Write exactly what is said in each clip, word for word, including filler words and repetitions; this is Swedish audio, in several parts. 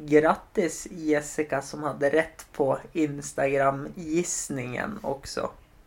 grattis Jessica som hade rätt på Instagram-gissningen också.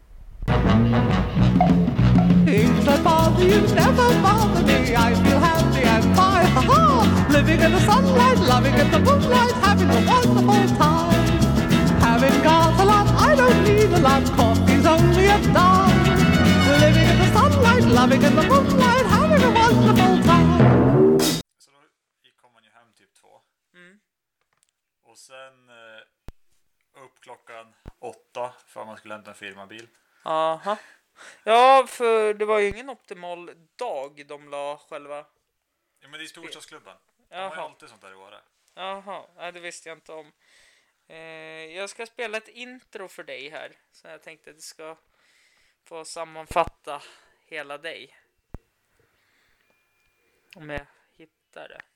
Things that bother you never bother me. I feel happy and fine, ha-ha. Living in the sunlight, loving in the moonlight, having a wonderful time. Having got a lot, I don't need a lot. Coffee's only a dime. Living in the sunlight, loving in the moonlight, having a wonderful time. Så då kom man ju hem typ två. Mm. Och sen eh, upp klockan åtta för att man skulle hämta en firmabil. Aha. Ja, för det var ju ingen optimal dag de la själva. Ja, men det är storstadsklubben. De har ju Jaha. alltid sånt där i Åre. Jaha, nej, det visste jag inte om. Eh, jag ska spela ett intro för dig här. Så jag tänkte att det ska få sammanfatta hela dig. Om jag hittar det.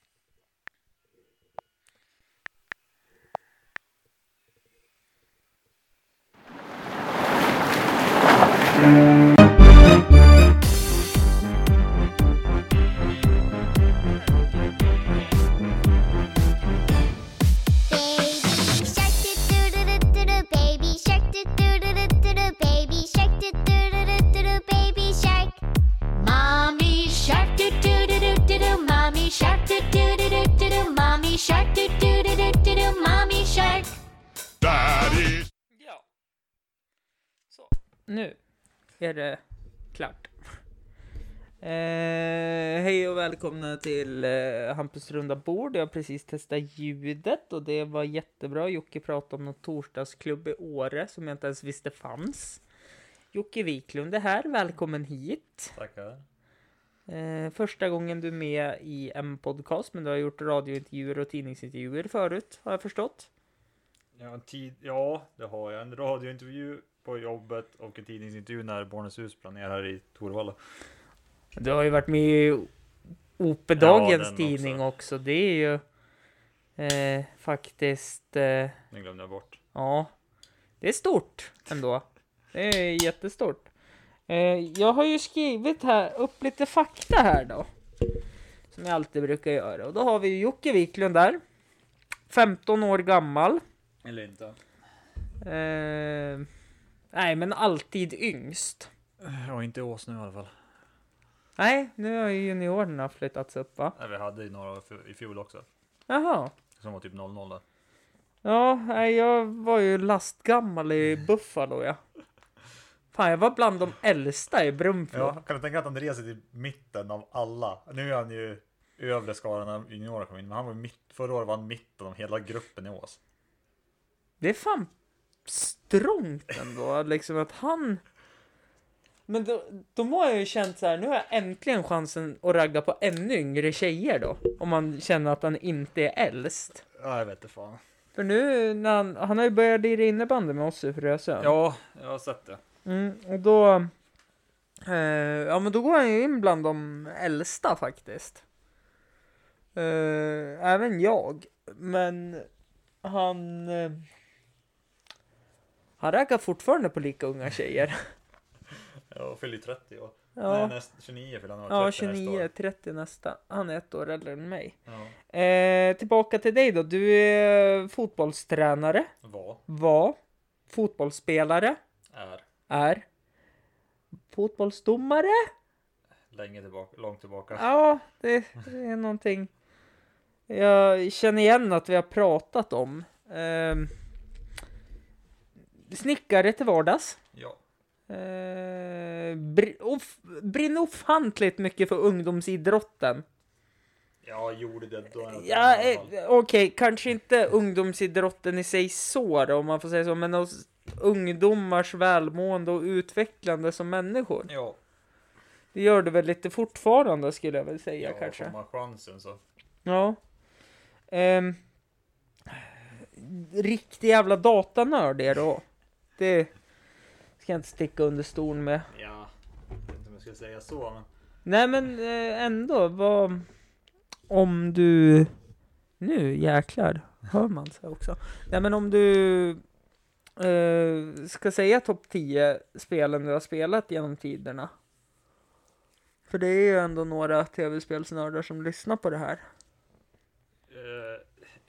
Ja. Så, nu är det klart. Eh, hej och välkomna till eh, Hampus runda bord. Jag har precis testat ljudet och det var jättebra. Jocke pratade om någon torsdagsklubb i Åre som jag inte ens visste fanns. Jocke Wiklund är här, välkommen hit. Tackar. Eh, första gången du är med i en podcast, men du har gjort radiointervjuer och tidningsintervjuer förut, har jag förstått. Ja, en tid, ja, det har jag. En radiointervju på jobbet och en tidningsintervju när Barnens hus planerar i Torvalla. Du har ju varit med i O P-dagens Ja, tidning också. också. Det är ju eh, faktiskt... Eh, Den glömde jag bort. ja, det är stort ändå. Det är jättestort. Eh, jag har ju skrivit här, upp lite fakta här då. Som jag alltid brukar göra. Och då har vi ju Jocke Wiklund där. femton år gammal. Eller inte. Eh, nej, men alltid yngst. Ja, inte Ås nu i alla fall. Nej, nu har ju juniorerna flyttats upp, va? Nej, vi hade ju några i fjol också. Jaha. Som var typ noll noll där. Ja, nej, jag var ju lastgammal i Buffalo, ja. Fan, jag var bland de äldsta i Brunflo. Ja, kan du tänka att Andreas är i mitten av alla? Nu är han ju övre skaran av juniorer kom in. Men han var mitt, förra året var han mitten av hela gruppen i Ås. Det är fan strångt ändå, liksom att han... Men då, då har jag ju känt så här, nu har jag äntligen chansen att ragga på ännu yngre tjejer då. Om man känner att han inte är äldst. Ja, jag vet inte fan. För nu, när han, han har ju börjat lira innebandy med oss i Frösön. Ja, jag har sett det. Mm, och då... Eh, ja, men då går han ju in bland de äldsta faktiskt. Eh, även jag. Men han... Eh, han raggar fortfarande på lika unga tjejer. Jag fyller ju trettio år. Ja. Nej, näst, tjugonio fyller han var Ja, trettio tjugonio, nästa år. trettio nästa. Han är ett år äldre än mig. Ja. Eh, tillbaka till dig då. Du är fotbollstränare. Var. Var. Fotbollsspelare. Är. Är. Fotbollsdomare. Länge tillbaka, långt tillbaka. Ja, det, det är någonting jag känner igen att vi har pratat om. Eh, snickare till vardags. Ja. Eh, br- of, brinner ofantligt mycket för ungdomsidrotten. Jag gjorde det då. Ja, eh, okej, okay, kanske inte ungdomsidrotten i sig så då, om man får säga så, men hos ungdomars välmående och utvecklande som människor. Ja. Det gör det väl lite fortfarande, skulle jag väl säga, Ja, kanske. får man chansen så. Ja. Ehm, riktig jävla datanörd är då. Det ska jag inte sticka under stol med. Ja, jag vet inte om jag ska säga så, men... Nej, men eh, ändå, vad... Om du... Nu, jäklar, hör man sig också. Nej, men om du eh, ska säga topp tio spelen du har spelat genom tiderna. För det är ju ändå några tv-spelsnördar som lyssnar på det här. Uh,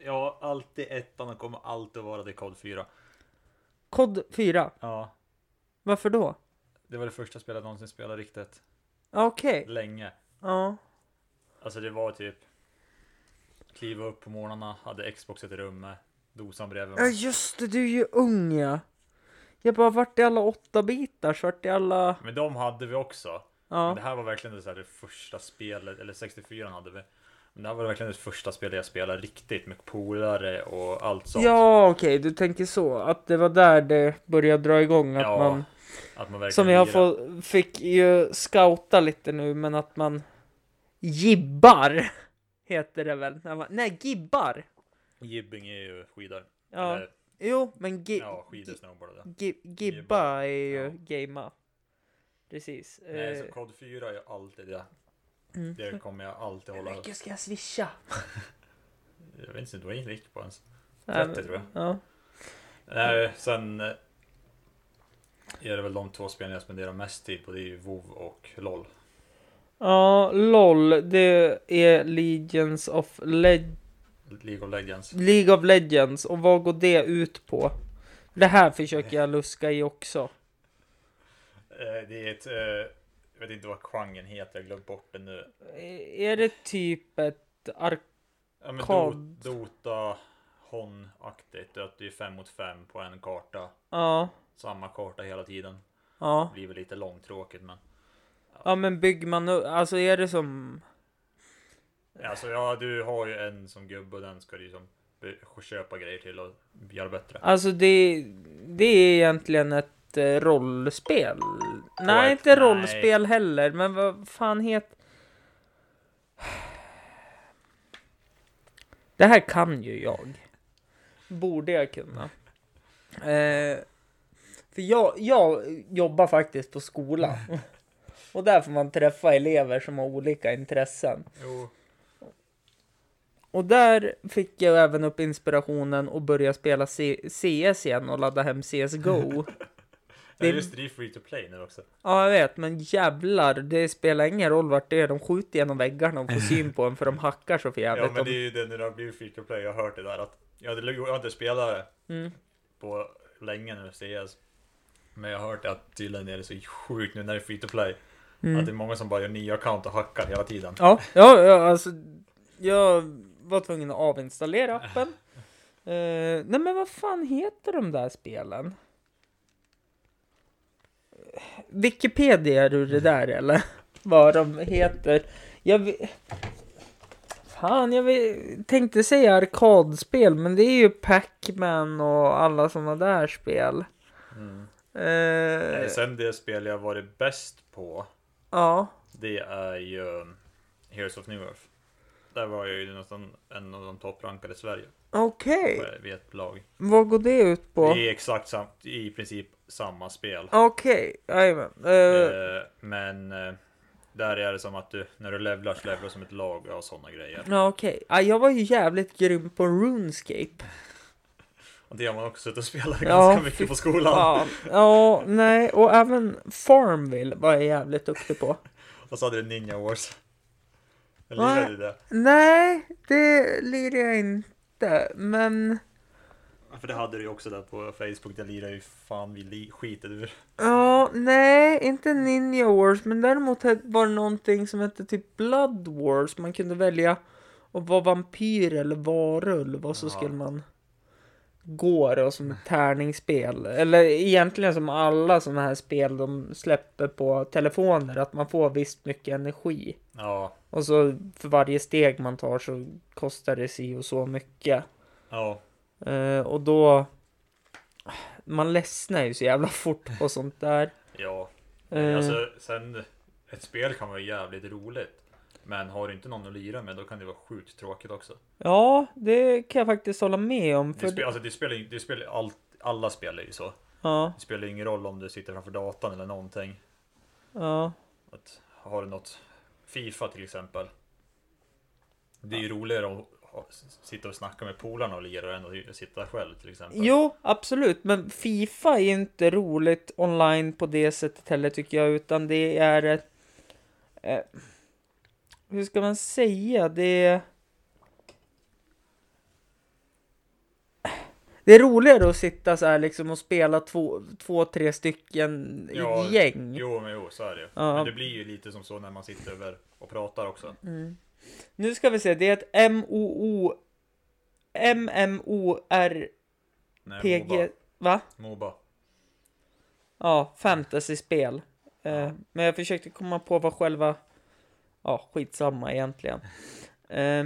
Ja, alltid ettan och kommer alltid vara det kod fyra. Kod fyra? Ja, Varför då? det var det första spelet jag någonsin spelade riktigt Okej. länge. Ja. Alltså det var typ kliva upp på morgnarna, hade Xboxet i rummet, dosan bredvid Ja mig. just det, du är ju ung ja. Jag bara, vart är alla åtta bitar? Vart är alla... Men de hade vi också. Men Ja. det här var verkligen det, så här, det första spelet, eller sextiofyra hade vi. Men det här var verkligen det första spelet jag spelade riktigt med polare och allt sånt. Ja okej, du tänker så. Att det var där det började dra igång. Att Ja, man... att man verkligen Som jag lirar. får, fick ju scouta lite nu, men att man gibbar heter det väl? När man, nej, gibbar. Jibbing är ju skidor. Ja. Eller, Jo, men gi, ja, skidor, snowboard. Ja. gi, gibba Gibba, är ju ja. gamea. Precis. Nej, Eh, så kod fyra är ju alltid det. mm. Det kommer jag alltid Hur hålla. mycket ska jag swisha? Jag vet inte, vad är gick på ens. Nej, trettio men- tror jag. Ja. Nej, sen eh, är det väl de två spelen jag spenderar mest tid på. Det är ju WoW och LOL. Ja, LOL, det är Legends of Le- League of Legends. League of Legends. Och vad går det ut på? Det här försöker jag luska i också. Eh, det är ett, eh, jag vet inte vad genren heter, jag glömde bort det nu. Eh, Är det typ ett ark... Ja, men Kod. Do- Dota Hon-aktigt, att det är fem mot fem på en karta. Ja, Samma karta hela tiden. ja. Det blir väl lite långtråkigt, men Ja, men bygger man... u- Alltså är det som... alltså, ja, du har ju en som gubbe och den ska du ju som be- köpa grejer till och göra bättre. Alltså det, det är egentligen ett eh, rollspel. Nej, Correct. inte Nej. rollspel heller. Men vad fan heter... Det här kan ju jag. Borde jag kunna. Eh, för jag, jag jobbar faktiskt på skola. Och där får man träffa elever som har olika intressen. Jo, Och där fick jag även upp inspirationen att börja spela C- CS igen och ladda hem C S G O. det Det- är just det är free to play nu också. Ja, jag vet, men jävlar, det spelar ingen roll vart det är. De skjuter genom väggarna och får syn på en för de hackar så för jävligt. Ja, men De- det är ju det när det har blivit free to play. Jag har hört det där att jag hade, jag hade spelat det Mm. på länge nu, C S. Men jag har hört att tydligen är det så sjukt nu när det är free to play. Mm. Att det är många som bara gör nya account och hackar hela tiden. Ja, ja, ja, alltså jag var tvungen att avinstallera appen. Eh, nej men vad fan heter de där spelen? Wikipedia är du det där eller? Vad de heter. Jag vet... Fan, jag vet... tänkte säga arkadspel, men det är ju Pac-Man och alla sådana där spel. Mm. Eh, Nej, sen det spel jag varit bäst på, ja. det är ju um, Heroes of New Earth. Där var jag ju nästan en av de topprankade i Sverige. Okej. på- Vid ett lag. Vad går det ut på? Det är exakt sam, i princip samma spel. Okej, jajamän. Eh, Eh, men eh, där är det som att du, när du levlar så levlar du som ett lag och sådana grejer. Ja, okej. Ja, jag var ju jävligt grym på RuneScape. Och det har man också suttit och spelat Ja, ganska fy mycket på skolan. Ja, ja, nej. Och även Farmville var jag jävligt duktig på. Och så hade du Ninja Wars. Jag Va? lirade det. Nej, det lirar jag inte. Men, För det hade du ju också där på Facebook. Jag lirade ju fan vi li- skitade ur. ja, nej, inte Ninja Wars. Men däremot var det någonting som hette typ Blood Wars. Man kunde välja att vara vampyr eller varulv. Och så Ja. skulle man gå då som ett tärningsspel. Eller egentligen som alla sådana här spel de släpper på telefoner. Att man får visst mycket energi. Ja, Och så för varje steg man tar så kostar det sig och så mycket. ja. Eh, och då... Man ledsnar ju så jävla fort på sånt där. Ja. Eh, Alltså, sen ett spel kan vara jävligt roligt. Men har du inte någon att lira med, då kan det vara sjukt tråkigt också. Ja, det kan jag faktiskt hålla med om. Det, För spe, alltså, det spelar, det spelar all, alla spelar ju så. ja, Det spelar ingen roll om du sitter framför datorn eller någonting. ja, Att, har du något FIFA till exempel. Det är ju roligare att ha- sitta och snacka med polarna och lira än att sitta själv till exempel. jo, absolut. Men FIFA är ju inte roligt online på det sättet heller tycker jag. Utan det är ett... Eh, hur ska man säga? Det är... Det är roligare att sitta så här liksom och spela två, två tre stycken i Ja, ett gäng. Jo, men jo, så är det ju. Ja. Men det blir ju lite som så när man sitter över och pratar också. Mm. Nu ska vi se, det är ett M O O M M O R P G, Nej, va? Moba. Ja, fantasy-spel. Eh, Ja. Men jag försökte komma på vad själva... Ja, skitsamma egentligen. Eh,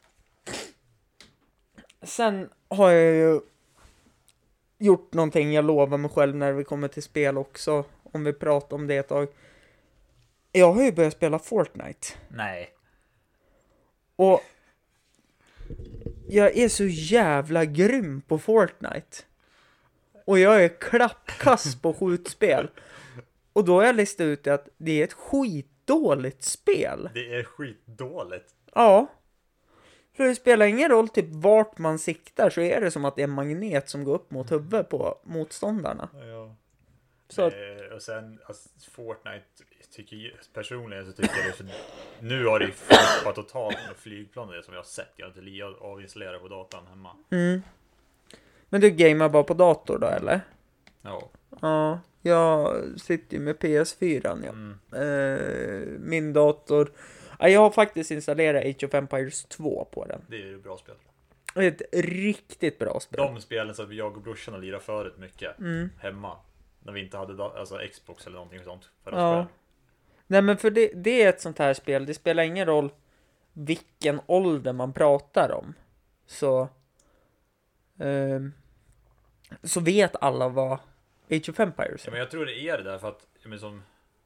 sen har jag ju gjort någonting, jag lovar mig själv när vi kommer till spel också. Om vi pratar om det ett tag. Jag har ju börjat spela Fortnite. Nej. Och jag är så jävla grym på Fortnite. Och jag är klappkass på skjutspel. Och då har jag listat ut det att det är ett skitdåligt spel. Det är skitdåligt. Ja. För det spelar ingen roll typ vart man siktar, så är det som att det är en magnet som går upp mot huvudet på motståndarna. Ja. Så att, Eh, och sen alltså, Fortnite tycker jag, personligen så tycker jag det för, nu har det ju flippat totalt med flygplan och det som jag har sett. Jag har inte li- avinstallerat på datorn hemma. mm. Men du gamer bara på dator då, eller? Ja. Ja, jag sitter ju med P S fyra. Ja. Mm. Eh, min dator... Ja, jag har faktiskt installerat Age of Empires två på den. Det är ju bra spel. Ett riktigt bra spel. De spelen så att jag och brorsan och lirade förut mycket Mm. hemma. När vi inte hade da- alltså Xbox eller någonting sånt. För att Ja. spela. Nej, men för det, det är ett sånt här spel. Det spelar ingen roll vilken ålder man pratar om. Så... ehm, så vet alla vad Age of Empires Ja, är. men jag tror det är det där för att men som,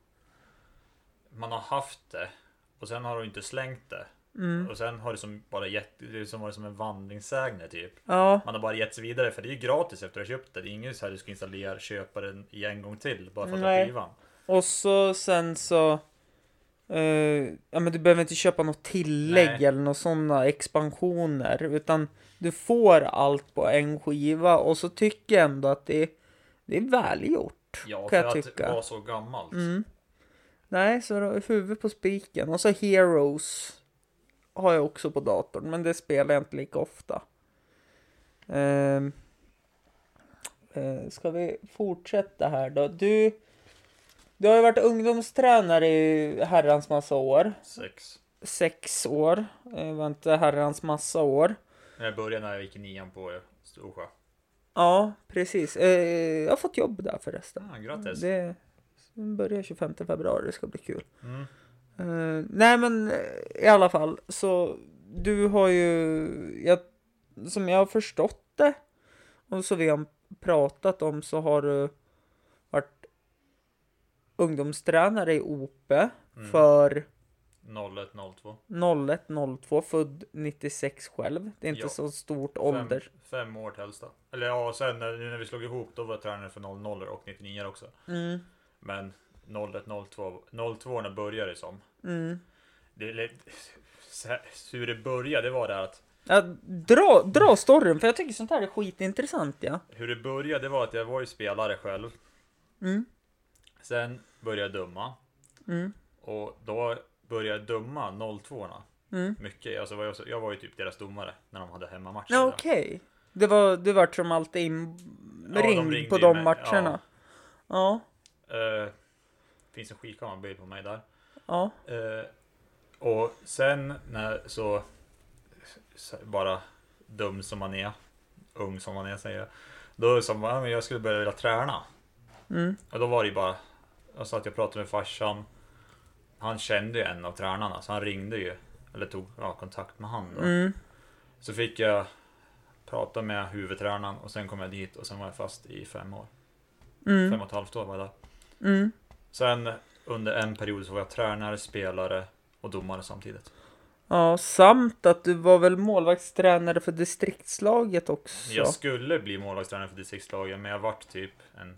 man har haft det och sen har du inte slängt det. Mm. Och sen har det som bara gett, det är som varit som en vandringssägner typ. Ja, Man har bara gett sig vidare för det är ju gratis efter att du har köpt det. Det är ingen så här du ska installera, köpa den i en gång till bara för att ha Nej. skivan. och så sen så... eh, ja, men du behöver inte köpa något tillägg Nej. eller några sådana expansioner. Utan du får allt på en skiva. Och så tycker jag ändå att det, det är välgjort. Ja, kan för jag att tycka. vara så gammalt. Mm. Nej, så då, huvud på spiken. Och så Heroes har jag också på datorn, men det spelar jag inte lika ofta. Ehm, eh, ska vi fortsätta här då? Du, du har ju varit ungdomstränare i herrans massa år. Sex. Sex år. Det var inte herrans massa år. Jag började när jag gick i nian på Storsjö. Ja, precis. Eh, jag har fått jobb där förresten. Ja, grattis. Det börjar tjugofemte februari, det ska bli kul. Mm. Uh, nej men uh, i alla fall så du har ju jag, som jag har förstått det och så vi har pratat om så har du varit ungdomstränare i O P Mm. för noll ett noll två. noll ett noll två, född nittiosex själv. Det är inte Ja. så stort ålder. Fem, fem år till äldsta. Eller ja, sen när, när vi slog ihop då var jag tränare för noll noll och nittionio också. Mm, Men noll ett noll två, noll två när började det som. mm. Det, det, så här, hur det började det var det att Ja, dra, dra storyn, för jag tycker sånt här är skitintressant, ja. hur det började var att jag var ju spelare själv. Mm, Sen började jag döma. mm, Och då började jag döma noll två-orna. mm. Mycket. Alltså, var jag, jag var ju typ deras domare när de hade hemmamatcher. Ja, okej. Det var, du var som alltid in, Ja, de ringd ringde på ju de mig, matcherna. Ja, Uh, finns en skitkamerabild på mig där. ja. Uh, och sen när så, så bara dum som man är, ung som man är säger jag. Då sa man att jag skulle börja vilja träna. Mm, Och då var det bara, jag sa att jag pratade med farsan. Han kände ju en av tränarna så han ringde ju, eller tog ja, kontakt med han då. mm, Så fick jag prata med huvudtränaren och sen kom jag dit och sen var jag fast i fem år. mm, Fem och ett halvt år var jag där. mm. Sen under en period så var jag tränare, spelare och domare samtidigt. Ja, samt att du var väl målvaktstränare för distriktslaget också. Jag skulle bli målvaktstränare för distriktslagen men jag vart typ en...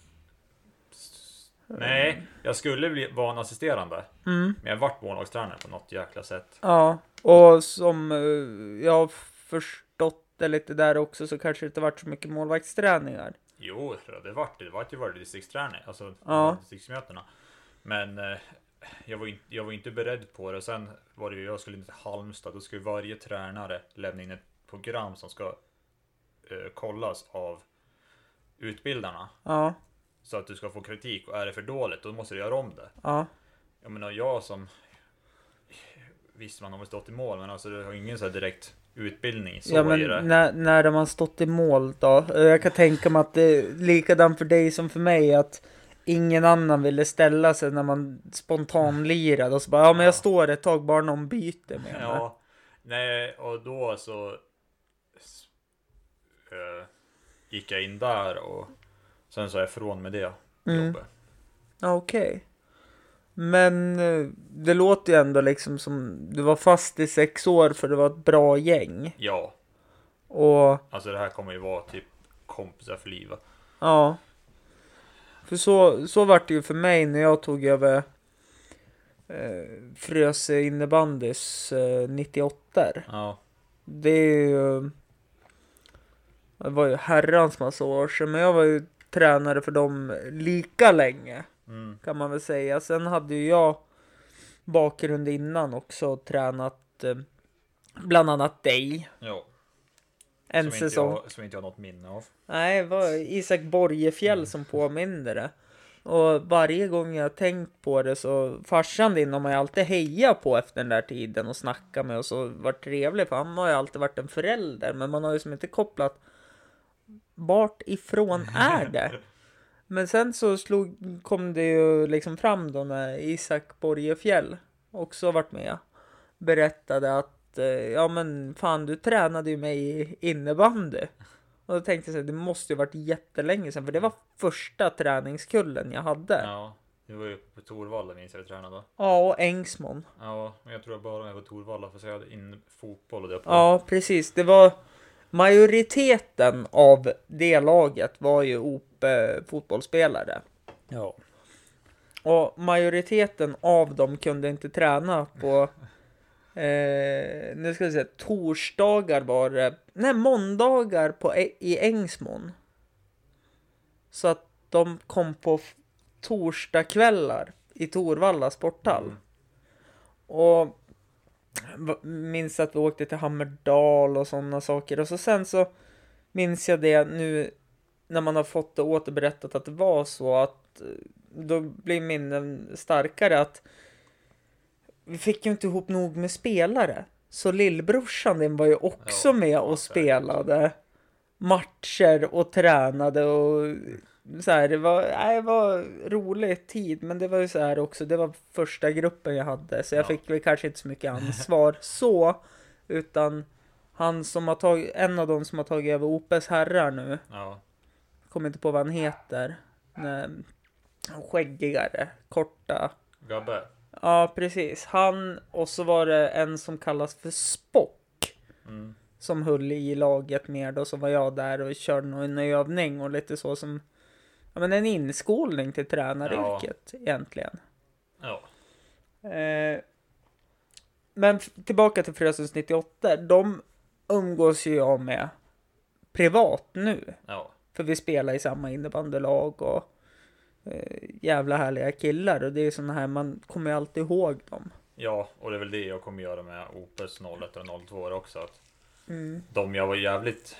Nej, jag skulle bli vara en assisterande. Mm, Men jag vart målvaktstränare på något jäkla sätt. ja, och som eh, jag har förstått det lite där också så kanske det inte varit så mycket målvaktsträningar. Jo, det vart det. Det vart ju varit distriktstränare. Alltså Ja. distriktsmötena. Men eh, jag, var inte, jag var inte beredd på det. Och sen var det ju, jag skulle inte till Halmstad. Då skulle varje tränare lämna in ett program som ska eh, kollas av utbildarna. Ja, Så att du ska få kritik. Och är det för dåligt, då måste du göra om det. ja. Jag menar, jag som... Visst, man har stått i mål, men alltså du har ingen så här direkt utbildning så Ja, i men det. när, när de har stått i mål då? Jag kan tänka mig att det är likadant för dig som för mig, att ingen annan ville ställa sig när man spontanlirade och så bara, ja men jag står ett tag, bara någon byter med mig. Ja, nej, och då så äh, gick jag in där och sen så är jag ifrån med det Mm. jobbet. Okej. Okay. Men eh, det låter ju ändå liksom som du var fast i sex år för det var ett bra gäng. Ja, Och alltså det här kommer ju vara typ kompisar för livet. ja. För så, så var det ju för mig när jag tog över eh, Frösö innebandys eh, nittioåtta. Ja, Det är ju... Det var ju herrans massa år sedan, men jag var ju tränare för dem lika länge, mm. kan man väl säga. Sen hade ju jag bakgrund innan också, tränat eh, bland annat dig. ja. En som säsong. Inte jag, som inte jag har något minne av. Nej, det var Isak Borgefjäll som påminde det. Och varje gång jag tänkt på det så, farsan din har man ju alltid heja på efter den där tiden och snacka med och så varit trevlig, för han har ju alltid varit en förälder, men man har ju som inte kopplat vart ifrån är det. Men sen så slog, kom det ju liksom fram då när Isak Borgefjäll också varit med, berättade att eh, ja men fan, du tränade ju mig i innebandy. Och då tänkte jag så här, det måste ju varit jättelänge sedan, för det var första träningskullen jag hade. Ja, Ja, det var ju på Torvalla minns jag vi tränade då. och Ängsmon. Ja, men jag tror jag bara var på Torvalla för så jag hade in fotboll och det på. Ja, precis. Det var majoriteten av det laget var ju O P fotbollsspelare. Ja. Och majoriteten av dem kunde inte träna på eh, nu ska vi säga torsdagar var det, nej måndagar på, i Ängsmon. Så att de kom på f- torsdagskvällar i Torvalla sporthall. Mm. Och v- minns att vi åkte till Hammerdal och sådana saker. Och så sen så minns jag det nu när man har fått det återberättat att det var så att eh, då blir minnen starkare att vi fick ju inte ihop nog med spelare. Så lillbrorsan din var ju också Ja, med och ja, spelade matcher och tränade och så här, det var, nej, det var rolig tid, men det var ju så här också, det var första gruppen jag hade, så jag Ja. fick väl kanske inte så mycket ansvar så, utan han som har tagit, en av dem som har tagit över O P:s herrar nu, Ja. kommer inte på vad han heter, nej, skäggigare, korta. Gabbe. Ja, precis. Han, och så var det en som kallas för Spock Mm. som höll i laget mer då, så var jag där och körde en övning och lite så som, ja men en inskolning till tränaryrket ja. egentligen. Ja. Eh, men f- tillbaka till Frösöns nittioåtta, de umgås ju jag med privat nu. Ja. För vi spelar i samma innebandylag och eh, jävla härliga killar. Och det är såna här, man kommer ju alltid ihåg dem. Ja, och det är väl det jag kommer göra med O P:s noll ett och noll två också. Att Mm. de jag var jävligt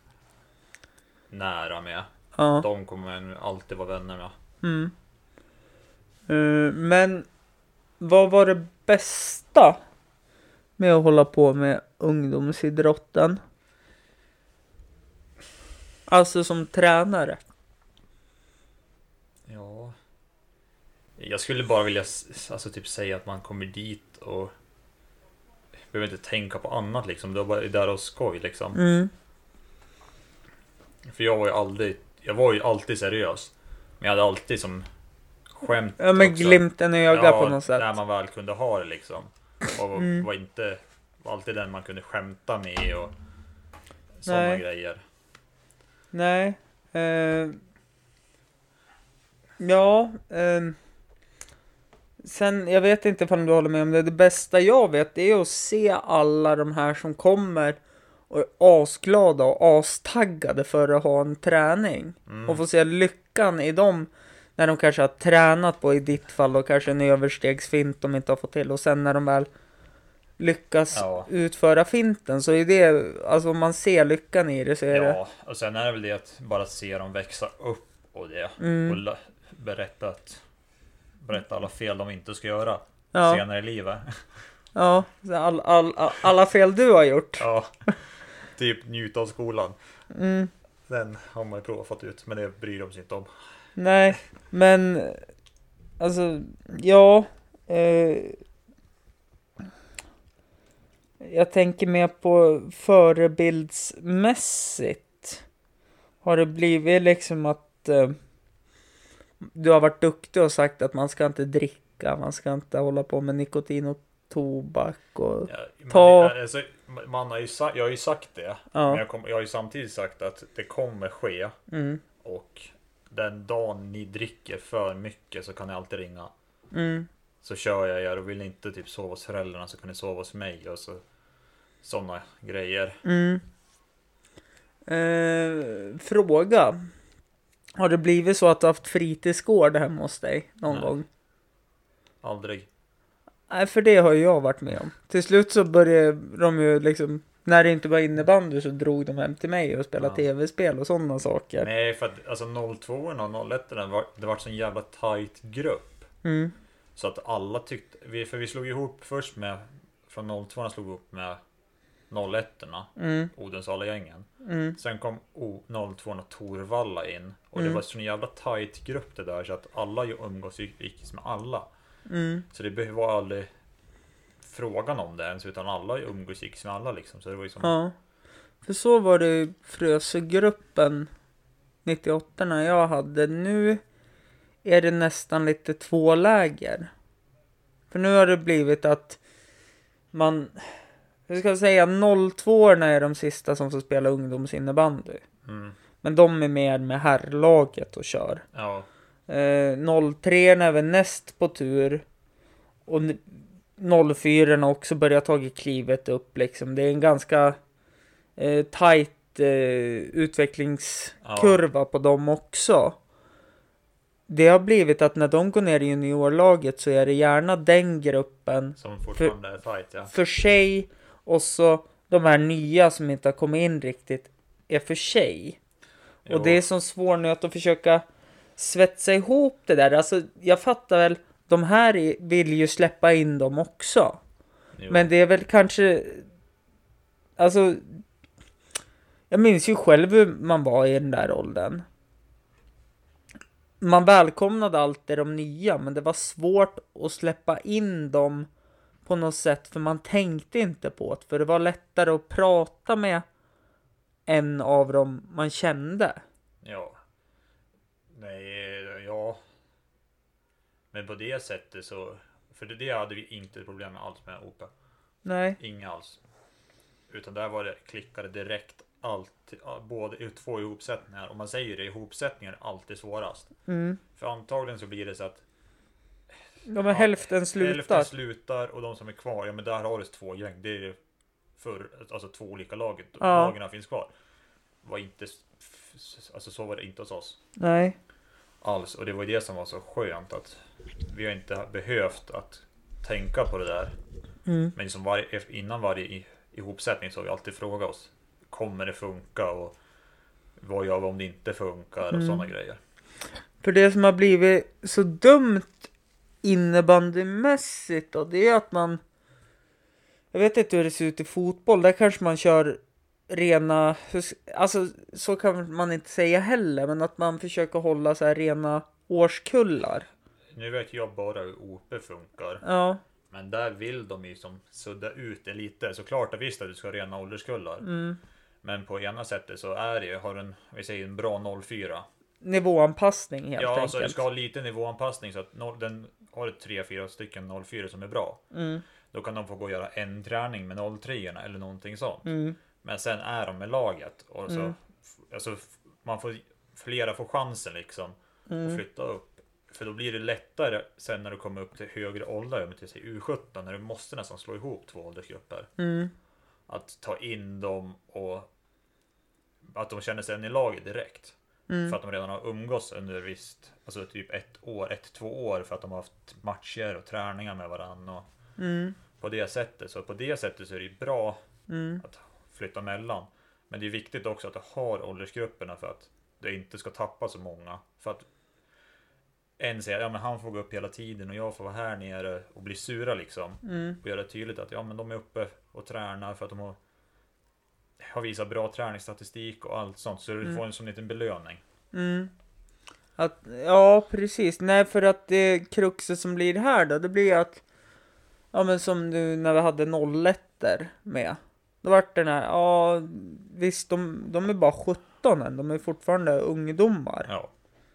nära med, Ja. de kommer jag nu alltid vara vänner med. Mm. Eh, men vad var det bästa med att hålla på med ungdomsidrotten? Alltså som tränare. Ja. Jag skulle bara vilja s- alltså typ säga att man kommer dit och behöver inte tänka på annat liksom. Det var bara där och skoj liksom. Mm. För jag var ju aldrig, jag var ju alltid seriös. Men jag hade alltid som skämt Ja, men också. glimten i ögat Ja, på något sätt. när man väl kunde ha det liksom. Och Mm. var inte var alltid den man kunde skämta med och sådana Nej. grejer. Nej. Eh, ja. Eh, sen, jag vet inte om du håller med om det. Det bästa jag vet, det är att se alla de här som kommer och är asglada och astaggade för att ha en träning. Mm. Och få se lyckan i dem när de kanske har tränat på, i ditt fall, och kanske en överstegsfint de inte har fått till. Och sen när de väl lyckas Ja. utföra finten, så är det, alltså om man ser lyckan i det så är det... Ja, och sen är det väl det att bara se dem växa upp och det. Mm. Och la- berätta att berätta alla fel de inte ska göra Ja. senare i livet. Ja, så all, all, all, alla fel du har gjort. Ja, typ njuta av skolan. Mm. Den har man ju provat fått ut, men det bryr de sig inte om. Nej, men alltså, ja. Eh, jag tänker mer på förebildsmässigt. Har det blivit liksom att eh, du har varit duktig och sagt att man ska inte dricka, man ska inte hålla på med nikotin och tobak och... Ja, men Ta- det, alltså, man har ju sagt, jag har ju sagt det, Ja. men jag, kom, jag har ju samtidigt sagt att det kommer ske. Mm, Och den dagen ni dricker för mycket så kan ni alltid ringa. mm, Så kör jag er, och vill ni inte typ sova hos föräldrarna så kan ni sova hos mig och så sådana grejer. mm. Eh, fråga. Har det blivit så att du har haft fritidsgård hemma hos dig någon Nej. gång? Aldrig. Nej, för det har ju jag varit med om. Till slut så började de ju liksom, när det inte var innebandy så drog de hem till mig och spelade Ja. tv-spel och sådana saker. Nej, för att alltså noll två och noll ett var, det var så en jävla tight grupp. Mm, Så att alla tyckte, vi, för vi slog ihop först med, från noll två slog vi ihop med noll ett mm, Odensala-gängen. mm, Sen kom O noll två och Torvalla in. Och Mm. det var så en jävla tight grupp det där, så att alla ju umgås ju gick med alla. mm. Så det var aldrig frågan om det ens, utan alla umgås gick med alla liksom. Så det var ju som... Ja. För så var det i Frösögruppen nittioåtta när jag hade. Nu är det nästan lite två läger. För nu har det blivit att man, hur ska jag säga, noll två är de sista som får spela ungdomsinnebandy. Mm. Men de är med med herrlaget och kör. Ja. Eh, noll tre är väl näst på tur. Och n- noll fyra har också börjat ta klivet upp liksom. Det är en ganska eh, tight eh, utvecklingskurva på dem också. Det har blivit att när de går ner i juniorlaget så är det gärna den gruppen Som fortfarande är tight, ja. för sig, och så de här nya som inte har kommit in riktigt är för sig. Jo. Och det är som svårt att försöka svetsa ihop det där. Alltså jag fattar väl, de här i- vill ju släppa in dem också. Jo. Men det är väl kanske, alltså jag minns ju själv hur man var i den där åldern. Man välkomnade alltid de nya, men det var svårt att släppa in dem på något sätt, för man tänkte inte på det. För det var lättare att prata med en av dem man kände. Ja. Nej, ja. Men på det sättet så... För det, det hade vi inte problem med alls med O P. Nej. Inga alls. Utan där var det klickade direkt allt. Både i två ihopsättningar. Och man säger det, ihopsättningar är alltid svårast. Mm. För antagligen så blir det så att De är hälften slutar. hälften slutar och de som är kvar, ja men där har du två gäng. Det är för, alltså två olika lag. Ja. Lagarna finns kvar. Var inte, alltså så var det inte hos oss Nej. alls. Och det var ju det som var så skönt, att vi har inte behövt att tänka på det där. Mm. Men som varje, innan varje i- ihopsättning så har vi alltid frågat oss, kommer det funka, och vad gör vi om det inte funkar och Mm. sådana grejer. För det som har blivit så dumt innebandymässigt då, det är att man, jag vet inte hur det ser ut i fotboll, där kanske man kör rena, alltså så kan man inte säga heller, men att man försöker hålla så här rena årskullar. Nu vet jag bara hur O P funkar. Ja. Men där vill de ju som sudda ut det lite. Så klart att visst att du ska ha rena ålderskullar. Mm. Men på ena sättet så är det ju, har en, vi säger en bra noll fyra. Nivåanpassning helt Ja, enkelt. så du ska ha lite nivåanpassning, så att noll, den har ett tre fyra stycken noll fyra som är bra. Mm. Då kan de få gå och göra en träning med noll tre eller någonting sånt. Mm. Men sen är de med laget. Och så, Mm. alltså, man får, flera får chansen liksom Mm. att flytta upp. För då blir det lättare sen när du kommer upp till högre ålder, till sig U sjutton, när du måste nästan slå ihop två åldersgrupper. Mm. Att ta in dem och att de känner sig in i laget direkt. Mm. För att de redan har umgås under visst, alltså typ ett år, ett, två år, för att de har haft matcher och träningar med varandra. Och, Mm. på det sättet. Så på det sättet så är det ju bra Mm. att flytta mellan. Men det är viktigt också att du har åldersgrupperna för att det inte ska tappa så många. För att en säger, ja men han får gå upp hela tiden och jag får vara här nere och bli sura liksom. Mm. Och göra det tydligt att ja men de är uppe och tränar för att de har, har visat bra träningsstatistik och allt sånt. Så du Mm. får en sån liten belöning. Mm. Att, ja, precis. Nej, för att det kruxet som blir här då, det blir att, ja men som nu när vi hade noll ett med. Då vart den här, ja visst de, de är bara sjutton än, de är fortfarande ungdomar. Ja.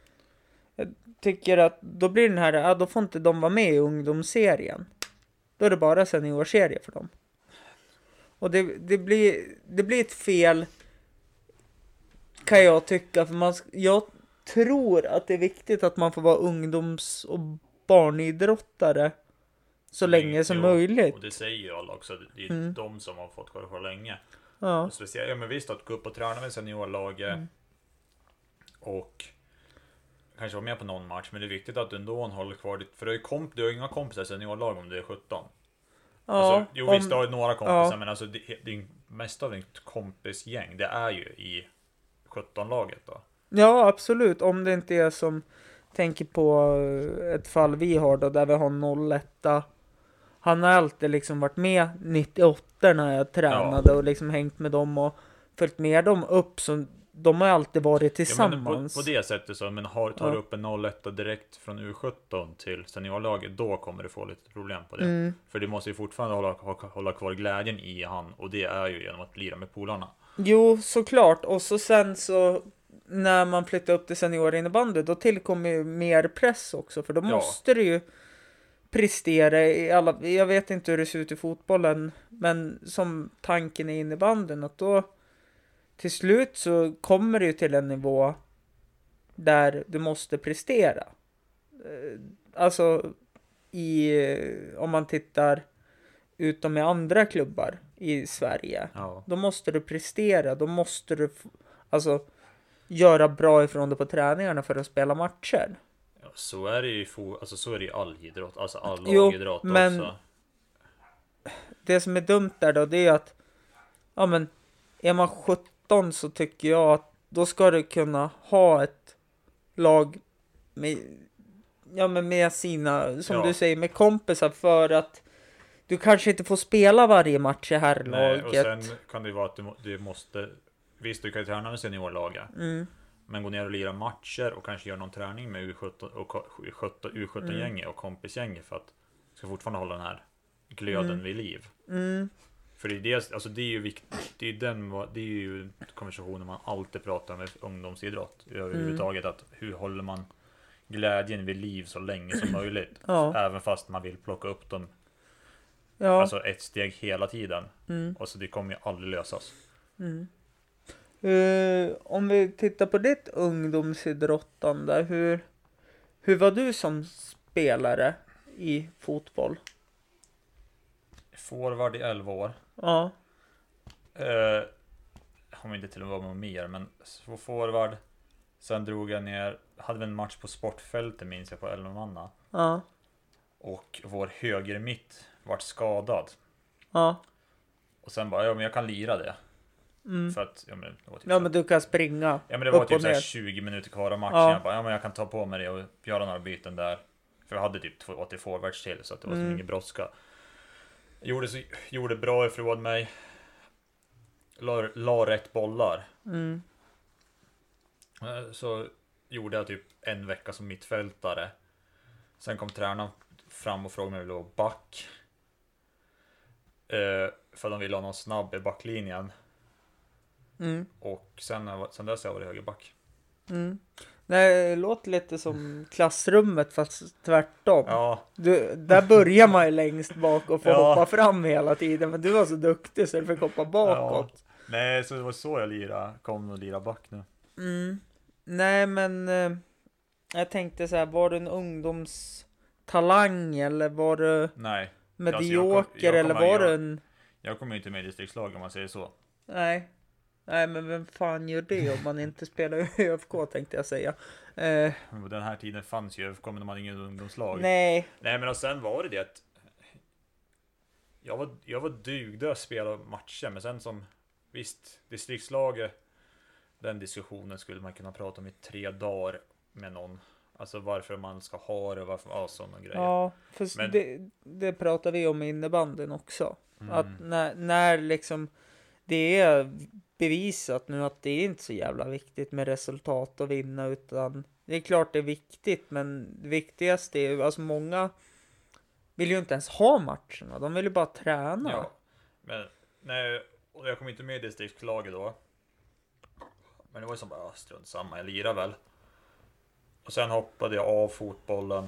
Tycker att då blir den här, ja då får inte de vara med i ungdomsserien. Då är det bara seniorserie för dem. Och det, det, blir, det blir ett fel, kan jag tycka, för man, jag tror att det är viktigt att man får vara ungdoms- och barnidrottare så länge som Jo, möjligt. Och det säger ju alla också. Det är Mm. de som har fått gå för länge. Ja. Och speciellt, ja men visst att gå upp och träna med seniorlaget Mm. och kanske vara med på någon match. Men det är viktigt att du ändå håller kvar ditt, för du har ju komp, du har ju inga kompisar i seniorlag om du är sjutton. Ja, Alltså, jo om- visst du har några kompisar, ja. men alltså det, din, mest av ditt kompisgäng, det är ju i sjutton-laget då. Ja, absolut. Om det inte är som, tänker på ett fall vi har då, där vi har noll ett. Han har alltid liksom varit med nittioåtta när jag tränade Ja. och liksom hängt med dem och följt med dem upp. Så de har alltid varit Ja, men tillsammans. på, på det sättet så, men har, tar Ja. du upp en noll ett direkt från U sjutton till seniorlaget, då kommer du få lite problem på det. Mm. För du måste ju fortfarande hålla, hålla, hålla kvar glädjen i han, och det är ju genom att lira med polarna. Jo, såklart. Och så sen så när man flyttar upp till seniorinnebandy, då tillkommer ju mer press också. För då Ja. måste du ju prestera i alla, jag vet inte hur det ser ut i fotbollen, men som tanken i innebandyn, att då till slut så kommer du till en nivå där du måste prestera. Eh, Alltså i, om man tittar utom i andra klubbar i Sverige, Ja. då måste du prestera, då måste du f- alltså göra bra ifrån dig på träningarna för att spela matcher. Ja, så är det ju i fo- alltså så är det i all idrott, alltså all Jo, lagidrott men- också. Det som är dumt där då, det är att ja men är man sjutton så tycker jag att då ska du kunna ha ett lag med, ja men med sina, som Ja. du säger, med kompisar, för att du kanske inte får spela varje match i Nej, och herrlaget. sen kan det ju vara att du, må- du måste, visst du kan ju träna med seniorlaget, Mm. men gå ner och lira matcher och kanske göra någon träning med U sjutton och ko- U sjutton, U sjutton-gänget och kompisgänget för att du ska fortfarande hålla den här glöden Mm. vid liv. Mm. För det är, det, alltså det är ju viktigt, det är, den, det är ju konversationen man alltid pratar med ungdomsidrott överhuvudtaget, att hur håller man glädjen vid liv så länge som möjligt, Ja. även fast man vill plocka upp dem, Ja. alltså ett steg hela tiden, Mm. och så det kommer ju aldrig lösas. Mm. Eh, om vi tittar på ditt ungdomsidrottande, hur, hur var du som spelare i fotboll? Forward i elva år. Ja. Eh, om inte till och med var mer, men så forward. Sen drog jag ner, hade vi en match på sportfältet minns jag, på elva manna. Ja. Och vår höger mitt vart skadad. Ja. Och sen bara, ja men jag kan lira det. Mm. För att, ja men det var typ, Ja, så, men du kan springa ja, men det var upp typ och så här ner. tjugo minuter kvar av matchen. Ja. Jag bara, ja men jag kan ta på mig det och göra några byten där. För jag hade typ två åttio forwards till, så att det var Mm. mm. ingen brådska. Gjorde, så, gjorde bra ifrån mig. La, la rätt bollar. Mm. Eh, Så gjorde jag typ en vecka som mittfältare. Sen kom tränaren fram och frågade om jag ville vara back. Eh, För de ville ha någon snabb i backlinjen. Mm. Och sen, har jag- sen dess har jag varit högerback. Mm. Nej, det låter lite som klassrummet fast tvärtom. Ja, Du, där börjar man ju längst bak och får Ja. hoppa fram hela tiden. Men du var så duktig så du fick hoppa bakåt. nej så det var så jag lirade. Kom och lirade back nu. Mm. Nej, men eh, jag tänkte så här, var du en ungdomstalang eller var du Nej, medioker Alltså, jag kom- jag eller kommer- var du jag- en... jag kommer ju inte med i distriktslag om man säger så. Nej. Nej, men vem fan gör det om man inte spelar i Ö F K, tänkte jag säga. Eh, Men på den här tiden fanns ju, kommer man ingen ungdomslag. nej. Nej men och sen var det det att jag var, jag var dugd att spela matcher, men sen som visst, distriktslaget, den diskussionen skulle man kunna prata om i tre dagar med någon. Alltså varför man ska ha det, varför, ja, sådana grejer. Ja, för Men- det, det pratar vi om i innebandyn också. Mm. Att när, när liksom det är bevisat nu att det är inte så jävla viktigt med resultat och vinna, utan det är klart det är viktigt, men det viktigaste är ju, alltså många vill ju inte ens ha matcherna, de vill ju bara träna. Ja, men nej, och jag kom inte med i distriktslaget då. Men det var ju som bara, ah, strunt samma, jag lirar väl. Och sen hoppade jag av fotbollen.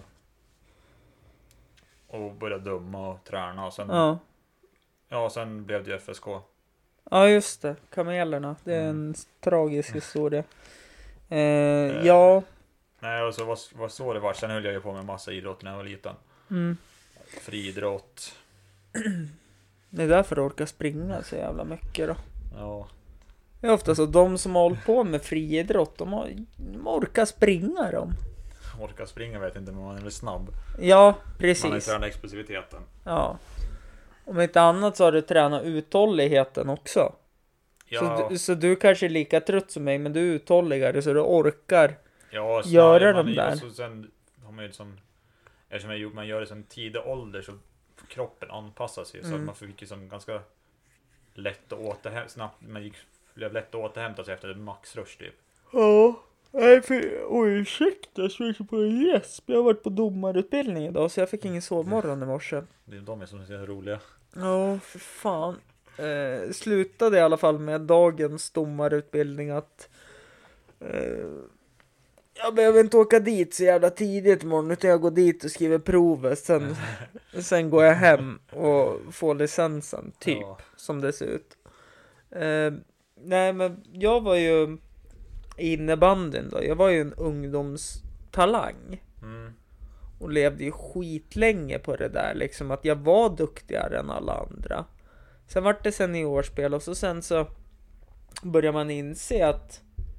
Och började döma och träna. Och sen, ja. Ja. sen blev det ju F S K. Ja, just det. Kamelerna. Det är en Mm. tragisk historia. Eh, ja. Nej, och så var, var så det var. Sen höll jag ju på med massa idrott när jag var liten. Mm. Friidrott. Det är därför du orkar springa så jävla mycket då. Ja. Det är ofta så de som har hållit på med friidrott, de, har, de orkar springa dem. Orkar springa vet inte, men man är väl snabb. Ja, Man har precis. tränat explosiviteten. Ja. Om inte annat så har du tränat uthålligheten också. Ja, Så, du, så du kanske är lika trött som mig, men du är uthålligare så du orkar. ja, så göra man, de där. Och så sen har man ju liksom, eftersom jag, gjort- man gör det som tidig ålder så kroppen anpassar sig. Så Mm. att man fick ju som ganska lätt att återhämta snabbt. Man gick, blev lätt att återhämta sig efter en maxrush typ. Ja. Nej, för, oj, ursäkta, jag fick på en gäsp. Jag har varit på domarutbildning idag, så jag fick ingen sovmorgon i morse. Det är de som är så roliga. Ja, för fan. Eh, slutade i alla fall med dagens domarutbildning att eh, jag behöver inte åka dit så jävla tidigt imorgon, utan jag går dit och skriver provet. Sen, sen går jag hem och får licensen, typ, Ja. som det ser ut. Eh, nej, men jag var ju i innebandyn då. Jag var ju en ungdomstalang. Mm. Och levde ju skitlänge på det där, liksom att jag var duktigare än alla andra. Sen var det seniorspel och så sen så börjar man inse att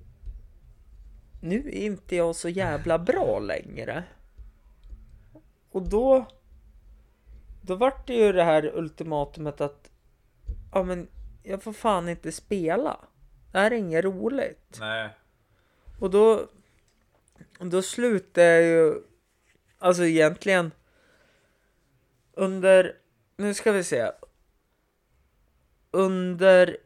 nu är inte jag så jävla bra längre. Och då då var det ju det här ultimatumet att ja, men jag får fan inte spela. Det här är inget roligt. Nej. Och då då slutade jag ju, alltså egentligen under, nu ska vi se, under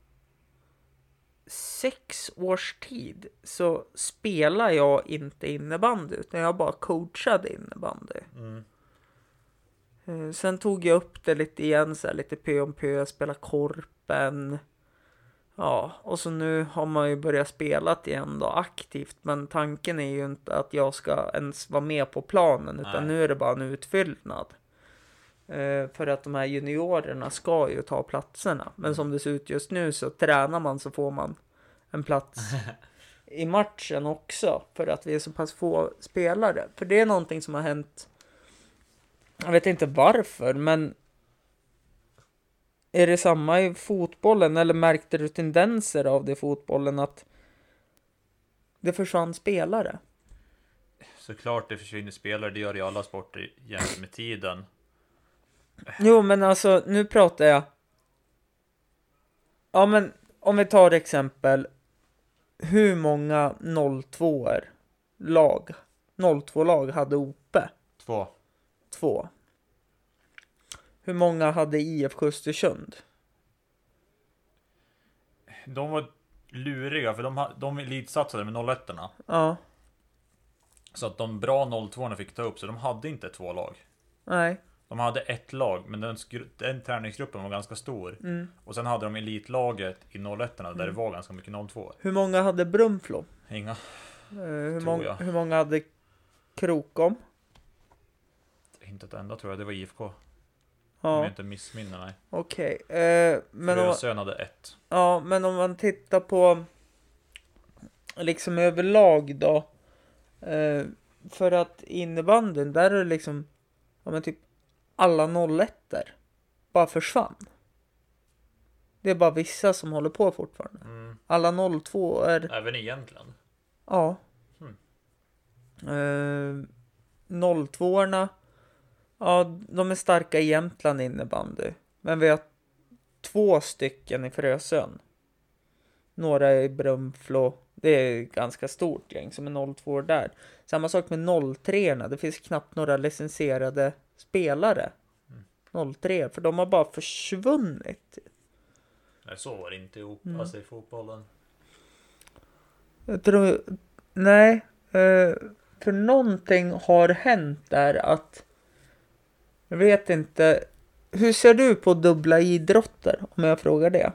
sex års tid så spelar jag inte innebandy, utan jag bara coachade innebandy. Mm. Eh, Sen tog jag upp det lite igen, så här, lite pö om pö, jag spelade korpen. Ja, och så nu har man ju börjat spela igen då aktivt, men tanken är ju inte att jag ska ens vara med på planen, utan Nej. nu är det bara en utfyllnad. Eh, för att de här juniorerna ska ju ta platserna, men som det ser ut just nu så tränar man så får man en plats i matchen också, för att vi är så pass få spelare. För det är någonting som har hänt, jag vet inte varför, men är det samma i fotbollen, eller märkte du tendenser av det i fotbollen att det försvann spelare? Såklart det försvinner spelare, det gör det i alla sporter jämt med tiden. Jo, men alltså nu pratar jag. Ja, men om vi tar exempel, hur många noll två-er lag, noll två-lag hade O P? Två. Två. Hur många hade I F K Östersund? De var luriga för de, ha- de elitsatsade med noll ett-erna. Ja, Så att de bra noll två-erna fick ta upp, så de hade inte två lag. nej. De hade ett lag, men den, skru- den träningsgruppen var ganska stor. Mm. Och sen hade de elitlaget i noll ett-erna där det var ganska mycket noll två. Hur många hade Brunflo? Inga. Eh, hur, Tror många, jag. hur många hade Krokom? Inte ett enda tror jag, det var I F K. Om Ja, jag inte missminner mig. okej. Eh, men om, Frösön hade ett. ja, men om man tittar på liksom överlag då. Eh, för att innebandyn, där är det liksom, ja, men typ alla noll ett-er bara försvann. Det är bara vissa som håller på fortfarande. Mm. Alla noll två-er, Även i Jämtland. ja. Hmm. Eh, noll två-erna, ja, de är starka i Jämtland innebandy. Men vi har två stycken i Frösön. Några i Brunflo. Det är ganska stort gäng som är noll två där. Samma sak med noll tre. Det finns knappt några licensierade spelare. noll tre. För de har bara försvunnit. Nej, så var det inte ihop. Mm. Alltså i fotbollen. Jag tror... Nej. Eh, för någonting har hänt där att... Jag vet inte. Hur ser du på dubbla idrotter? Om jag frågar det.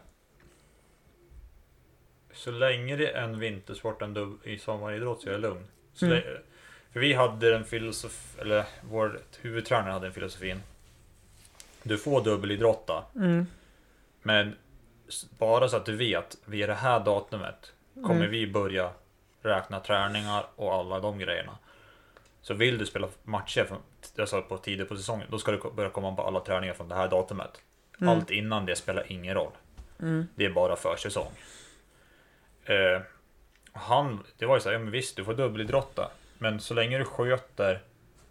Så länge det är en vintersport en dubb- i sommaridrott så är jag lugn. Så Mm. lä- för vi hade en filosofi, eller vår huvudtränare hade en filosofin. Du får dubbelidrotta. Mm. Men s- bara så att du vet, vid det här datumet kommer Mm. vi börja räkna träningar och alla de grejerna. Så vill du spela matcher från, alltså på tidigt på säsongen, då ska du ko- börja komma på alla träningar från det här datumet. Mm. Allt innan det spelar ingen roll. Mm. Det är bara för säsong. Eh, han, det var ju så här, ja men visst, du får dubbelidrotta. Men så länge du sköter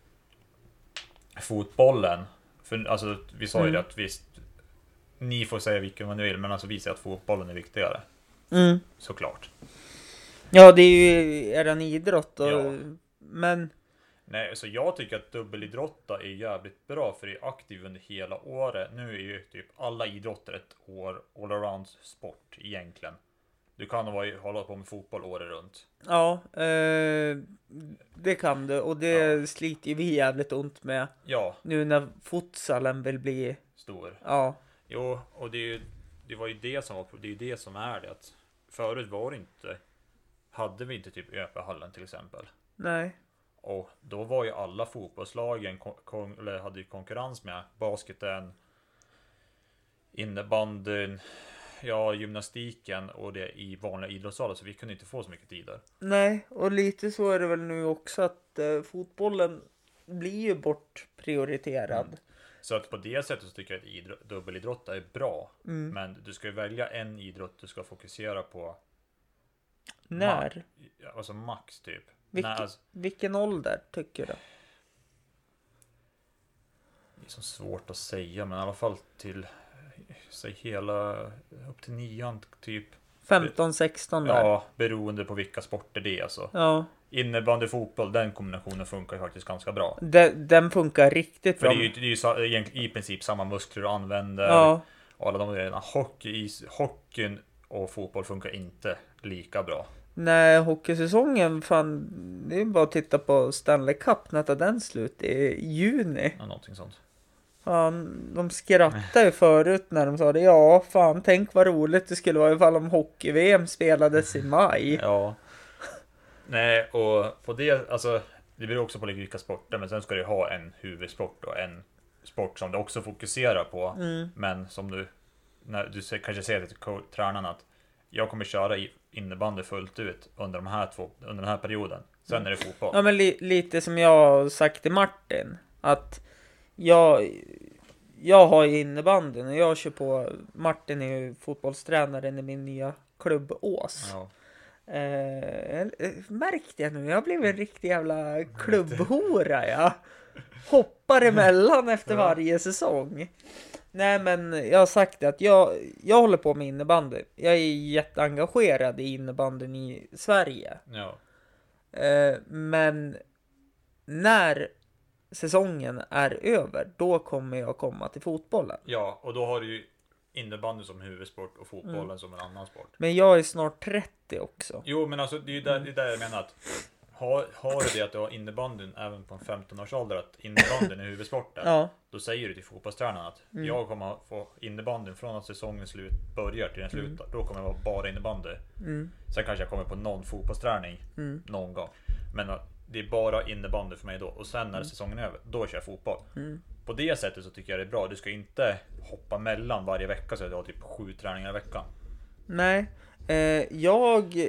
fotbollen, för alltså vi sa ju Mm. det att visst, ni får säga vilken man vill, men alltså vi säger att fotbollen är viktigare. Mm. Såklart. Ja, det är ju eran idrott. Och, Ja. Men... Nej, så jag tycker att dubbelidrotta är jävligt bra för det är aktiv under hela året. Nu är ju typ alla idrotter ett år all around sport egentligen. Du kan vara, hålla på med fotboll året runt. Ja, eh, det kan du. Och det Ja. sliter ju vi jävligt ont med. Ja, Nu när futsalen vill bli... stor. Ja. Jo, och det, är ju, det var ju det som var, det är ju det som är det. Att förut var det inte, hade vi inte typ Öpehallen till exempel. Nej. Och då var ju alla fotbollslagen kon, kon, eller hade ju konkurrens med basketen, innebandyn, ja, gymnastiken och det i vanliga idrottssalar, så vi kunde inte få så mycket tider. Nej, och lite så är det väl nu också att eh, fotbollen blir ju bortprioriterad. Mm. Så att på det sättet så tycker jag att idrott, dubbelidrotta är bra. Mm. Men du ska ju välja en idrott du ska fokusera på. När? Ma- alltså max typ. Vilken, Nej, alltså, vilken ålder tycker du? det är så svårt att säga, men i alla fall till säg hela upp till nian typ. femton sexton där? Ja, beroende på vilka sporter det är alltså. Ja. Innebandy, fotboll, den kombinationen funkar ju faktiskt ganska bra. Den, den funkar riktigt För bra. det är ju, det är ju sa- egentligen i princip samma muskler du använder. Ja. Och alla de grejerna. Hockey, is, hockeyn och fotboll funkar inte lika bra. Nej, hockeysäsongen, fan, det är bara att titta på Stanley Cup när tar den slut i juni. Ja, någonting sånt. Fan, de skrattade ju förut när de sa det. Ja, fan, tänk vad roligt det skulle vara ifall om hockey-V M spelades i maj. Ja. Nej, och på det, alltså, det beror också på vilka sporter, men sen ska du ha en huvudsport och en sport som du också fokuserar på. Mm. Men som du, när du se- kanske säger till co- tränaren att jag kommer köra i innebandy fullt ut under de här två, under den här perioden. Sen är det fotboll. Ja, men li- lite som jag har sagt till Martin. Att jag, jag har ju innebandyn och jag kör på. Martin är ju fotbollstränaren i min nya klubb Ås. Ja. Eh, märkte jag nu, jag har blivit en riktig jävla klubbhora, ja. Hoppar emellan efter Ja. varje säsong. Nej, men jag har sagt det att jag, jag håller på med innebandy. Jag är jätteengagerad i innebandyn i Sverige. Ja. Eh, men när säsongen är över, då kommer jag komma till fotbollen. Ja, och då har du ju innebandy som huvudsport och fotbollen Mm. som en annan sport. Men jag är snart trettio också. Jo, men alltså det är ju där, det är där jag menar att har, har du det att du har innebandyn även på en femton-års ålder, att innebandyn är huvudsporten, Ja. då säger du till fotbollstränaren att Mm. jag kommer att få innebandyn från att säsongen slut börjar till den slutar. Då kommer det vara bara innebandy. Mm. Sen kanske jag kommer på någon fotbollsträning Mm. någon gång. Men att det är bara innebandy för mig då. Och sen när säsongen är över, då kör jag fotboll. Mm. På det sättet så tycker jag det är bra. Du ska inte hoppa mellan varje vecka så att du har typ sju träningar i veckan. Nej, eh, jag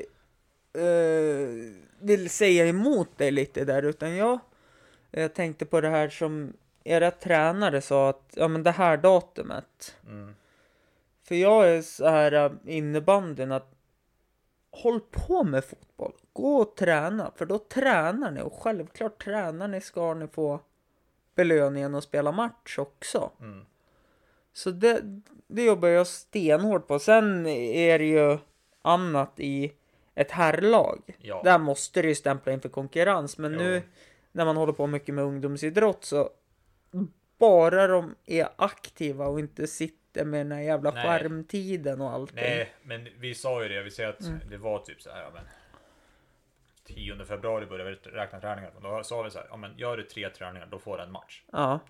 eh, vill säga emot dig lite där, utan jag, jag tänkte på det här som era tränare sa att ja, men det här datumet. Mm. För jag är så här äh, innebandyn att håll på med fotboll. Gå och träna, för då tränar ni, och självklart tränar ni ska ni få belöningen och spela match också. Mm. Så det, det jobbar jag stenhårt på. Sen är det ju annat i ett herrlag. Ja. Där måste det ju stämpla inför konkurrens. Men Jo. nu när man håller på mycket med ungdomsidrott så bara de är aktiva och inte sitter med den här jävla Nej. skärmtiden och allting. Nej, men vi sa ju det. Vi säger att Mm. det var typ så här, ja men tionde februari började vi räkna träningar. Och då sa vi så här, ja men gör du tre träningar, då får du en match. Ja,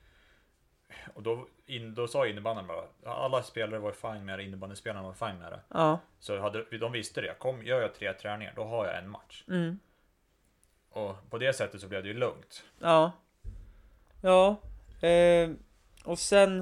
Och då, in, då sa innebandyn bara, alla spelare var fine med det, innebandyspelarna var fine med det. ja, Så hade, de visste det, kom, gör jag tre träningar, då har jag en match. mm, Och på det sättet så blev det ju lugnt. ja. Ja, eh, och sen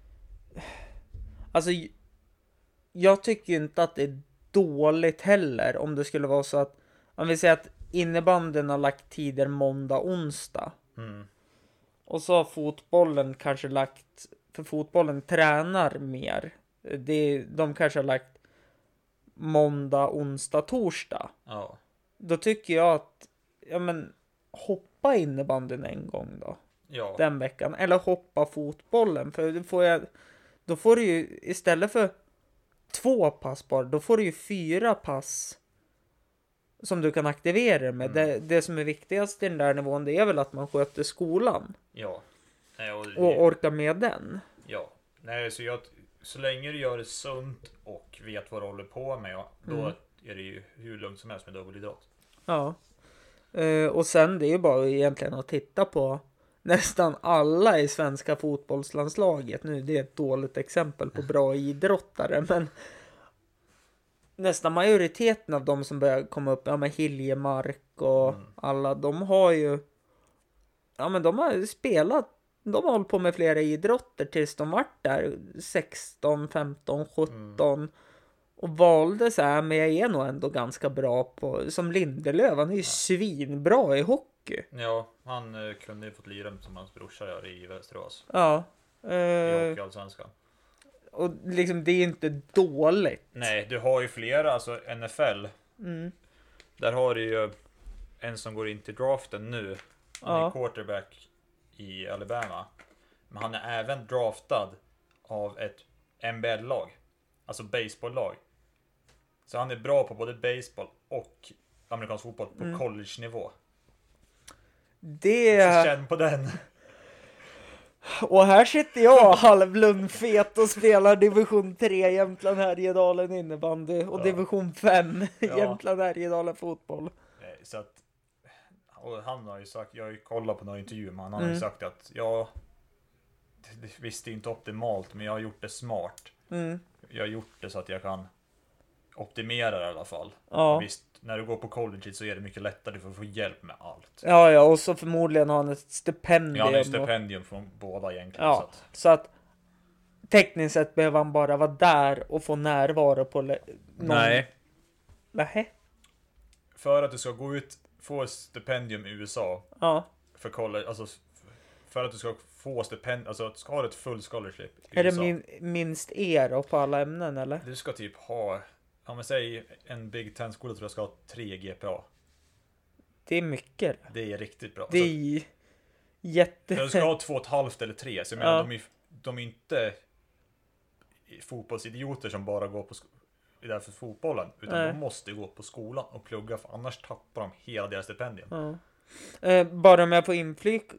alltså j- jag tycker ju inte att det är dåligt heller om det skulle vara så att om vi säger att innebandyn har lagt tider måndag, onsdag. Mm. Och så har fotbollen kanske lagt, för fotbollen tränar mer. Det, de kanske har lagt måndag, onsdag, torsdag. Ja. Då tycker jag att, ja men, hoppa innebandyn en gång då. Ja. Den veckan. Eller hoppa fotbollen. För då får jag, då får du ju istället för två pass bara, då får du ju fyra pass som du kan aktivera dig med. Mm. Det, det som är viktigast i den där nivån, det är väl att man sköter skolan. Ja. Nej, och, Och orkar med den. ja. Nej, så jag, så länge du gör det sunt och vet vad du håller på med, då Mm. är det ju hur lugnt som helst med dubbelidrott. Ja. Eh, och sen det är ju bara egentligen att titta på nästan alla i svenska fotbollslandslaget. Nu det är ett dåligt exempel på bra idrottare, men nästan majoriteten av de som börjar komma upp, ja men Hiljemark och Mm. alla, de har ju, ja men de har spelat, de har hållit på med flera idrotter tills de vart där sexton, femton, sjutton och valde så här, men jag är nog ändå ganska bra på, som Lindelöf, han är ju svinbra i hockey. Ja, han eh, kunde ju fått lira som hans brorsa gör i Västerås. Ja. I Eh, Hockeyallsvenskan. och liksom det är inte dåligt. Nej, du har ju flera, alltså N F L. Mm. Där har du ju en som går in till draften nu. Han Ja. är quarterback i Alabama. Men han är även draftad av ett N B L-lag. Alltså baseball-lag. Så han är bra på både baseball och amerikansk fotboll på Mm. college-nivå. Det Så känn på den. Och här sitter jag halvlundfet och spelar division tre Jämtland Härjedalen innebandy och Ja. division fem Ja. Jämtland Härjedalen fotboll. Eh, Så att, och han har ju sagt, jag har ju kollat på några intervjuer med han, han har Mm. ju sagt att ja, det, visst det är inte optimalt, men jag har gjort det smart. Mm. Jag har gjort det så att jag kan optimera det i alla fall. Ja. Visst, när du går på college så är det mycket lättare för att få hjälp med allt. Ja, ja, och så förmodligen har han ett stipendium. Ja, han har ju och, stipendium från båda egentligen. ja, Så att, så att tekniskt sett behöver han bara vara där och få närvaro på le- någon... nej, Nähä? för att du ska gå ut, få ett stipendium i U S A Ja. för college, alltså för att du ska få stipendium, alltså att du ska ha ett full scholarship i Är det U S A. min, minst er och på alla ämnen eller? Du ska typ ha, om man säger en Big Ten-skola tror jag ska ha tre G P A. Det är mycket. Det är riktigt bra. Det är Så ju jätte... att, du ska ha två och ett halvt eller tre, så jag menar, Ja. de, är, de är inte fotbollsidioter som bara går på sk- där för fotbollen, utan Nej. de måste gå på skolan och plugga, för annars tappar de hela deras stipendium. Ja. Eh, bara om jag får inflika,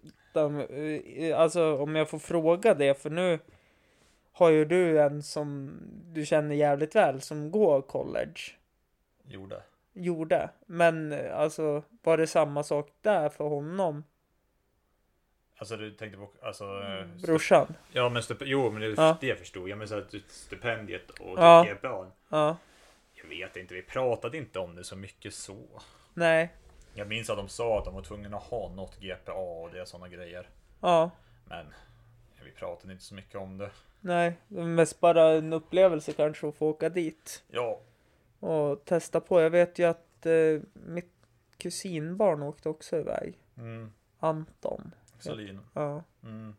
eh, alltså om jag får fråga det, för nu har ju du en som du känner jävligt väl som går college, Gjorde. gjorde, men eh, alltså var det samma sak där för honom, Alltså du tänkte på, alltså... eh, brorsan? Ja men stip- jo men det, Ja. det förstod jag, men så att stipendiet och Ja. G P A. Ja, Jag vet inte, vi pratade inte om det så mycket så. nej, Jag minns att de sa att de var tvungna att ha något G P A och det är sådana grejer. ja, Men vi pratade inte så mycket om det. nej, det är mest bara en upplevelse kanske att få åka dit Ja, och testa på. Jag vet ju att eh, mitt kusinbarn åkte också iväg, mm. Anton. Salin. Ja. Mm.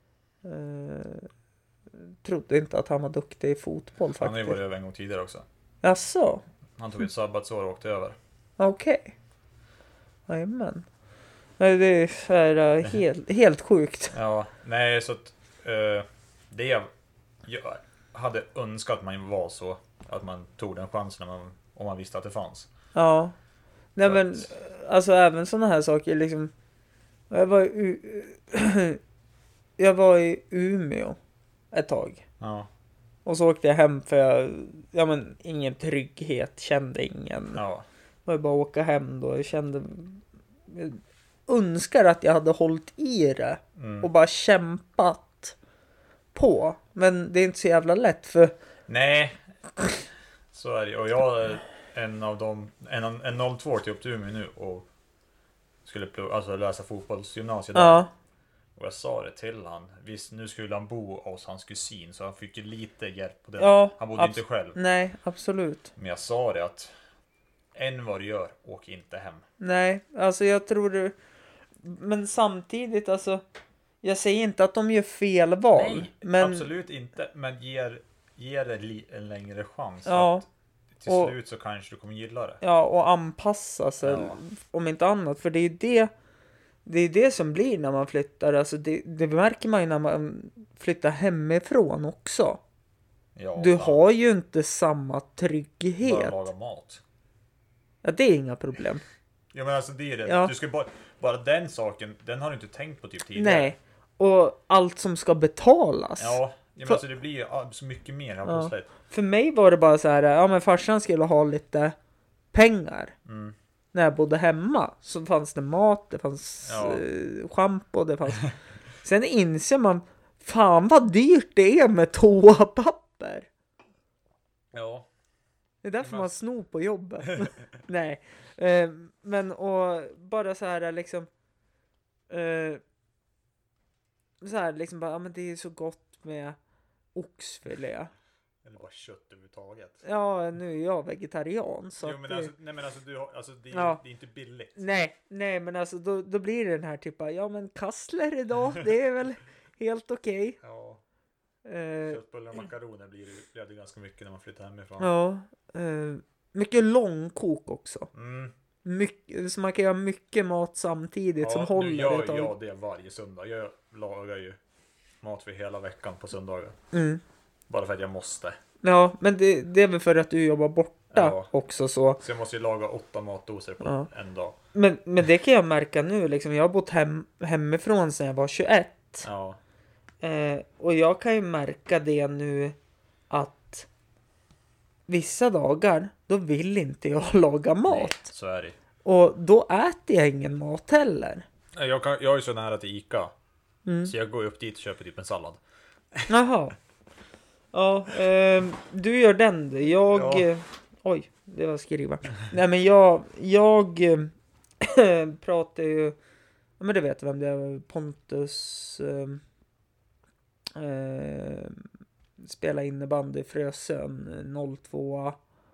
Eh, trodde inte att han var duktig i fotboll Han har ju faktiskt. varit över en gång tidigare också. Jaså? Han tog ett sabbatsår och åkte över. Okej. Jajamän. Nej, det är så här, eh, helt, helt sjukt. Ja, nej så att eh, det jag hade önskat att man var så. Att man tog den chansen när man, om man visste att det fanns. Ja. Nej För men, att- alltså även sådana här saker liksom. Jag var i, U- jag var i Umeå ett tag. Ja, Och så åkte jag hem för jag, ja men ingen trygghet, kände ingen. ja. Det var bara att åka hem då. Jag kände, jag önskar att jag hade hållit i det. Mm. Och bara kämpat på. Men det är inte så jävla lätt för, Nej, så är det. Och jag är en av dem, en, en noll två till upp till Umeå nu och skulle plugga, alltså läsa fotbollsgymnasiet där. ja, Och jag sa det till han. Visst, nu skulle han bo hos hans kusin så han fick ju lite hjälp på det. Ja, Han bodde abs- inte själv. nej, absolut. Men jag sa det att än vad du gör, åk inte hem. Nej, alltså jag tror det, men samtidigt alltså, jag säger inte att de gör fel val. Nej, men, absolut inte. Men ger, ger det li, en längre chans. Ja, Att till och- slut så kanske du kommer gilla det. Ja, och anpassa sig, Ja. om inte annat. För det är det, det är det som blir när man flyttar. Alltså det, det märker man ju när man flyttar hemifrån också. Ja, Du fan. har ju inte samma Bara trygghet. laga mat. Ja, det är inga problem. Ja men alltså det är det. Ja. Du ska bara, bara den saken, den har du inte tänkt på typ tidigare. Nej, och allt som ska betalas. Ja, ja men För- alltså det blir ju ah, så mycket mer här Ja. plötsligt. För mig var det bara så här, ja men farsan skulle ha lite pengar. Mm. När jag bodde hemma så fanns det mat, det fanns Ja. eh, shampoo, det fanns... Sen inser man, fan vad dyrt det är med toapapper. Ja. Det är därför Men- man snor på jobbet. Nej, eh, men och bara så här liksom... Eh, så här liksom bara, ja men det är så gott med oxfilé. Eller bara kött överhuvudtaget. Ja, nu är jag vegetarian så Jo att men det... alltså, nej men alltså, du har, alltså det, är, Ja. det är inte billigt. Nej, nej men alltså då, då blir det den här typen, ja men kassler idag, det är väl helt okej. Ja. Eh, Köttbullar och makaroner blir det, blev det ganska mycket när man flyttar hemifrån. ja, eh, mycket långkok också. Mm. Mycket, så man kan göra mycket mat samtidigt som Ja, håller nu gör ett tag. jag det varje söndag. Jag lagar ju mat för hela veckan på söndagar. Mm. Bara för att jag måste. Ja, men det, det är väl för att du jobbar borta Ja. också så. Så jag måste ju laga åtta matdoser på Ja. en dag. Men, men det kan jag märka nu, liksom, jag har bott hem, hemifrån sedan jag var tjugoett. Ja. Eh, och jag kan ju märka det nu att vissa dagar, då vill inte jag laga mat. Nej, så är det. Och då äter jag ingen mat heller. Nej, Jag, kan, jag är ju så nära till Ica. Mm. Så jag går upp dit och köper typ en sallad. Jaha. Ja, ehm, du gör den du. Jag... Ja. eh, Oj, det var skriva. Nej men jag... Jag eh, pratar ju... Ja men det vet vem det är. Pontus... Eh, eh, spela innebandy i Frösön noll två.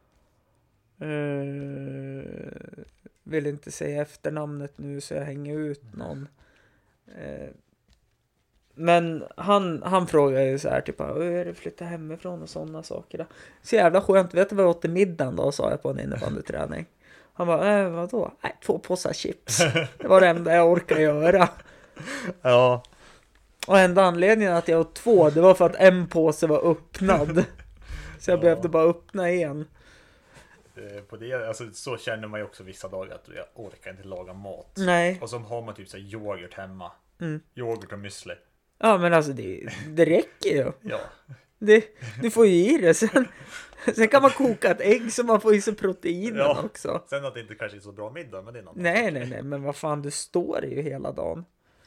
Eh, vill inte säga efternamnet nu så jag hänger ut någon. Eh, men han, han frågar ju så här typ, hur är det flytta hemifrån och sådana saker då? Så jävla skönt, vet du vad jag åt till middagen då, sa jag på en innebandyträning. Han bara, äh, vadå? Nej, två påsar chips. Det var det enda jag orkade göra. Ja. Och enda anledningen att jag åt två, det var för att en påse var öppnad. Så jag Ja. behövde bara öppna en. Eh, På det, alltså, så känner man ju också vissa dagar att jag orkar inte laga mat. Nej. Och så har man typ så här yoghurt hemma. Mm. Yoghurt och müsli. Ja men alltså det, det räcker ju. Ja. Det, du får ju i det. Sen, sen kan man koka ett ägg så man får i sig proteinen Ja. också. Sen att det inte kanske är så bra middag, men det är något. Nej, nej, nej, men vad fan, du står ju hela dagen.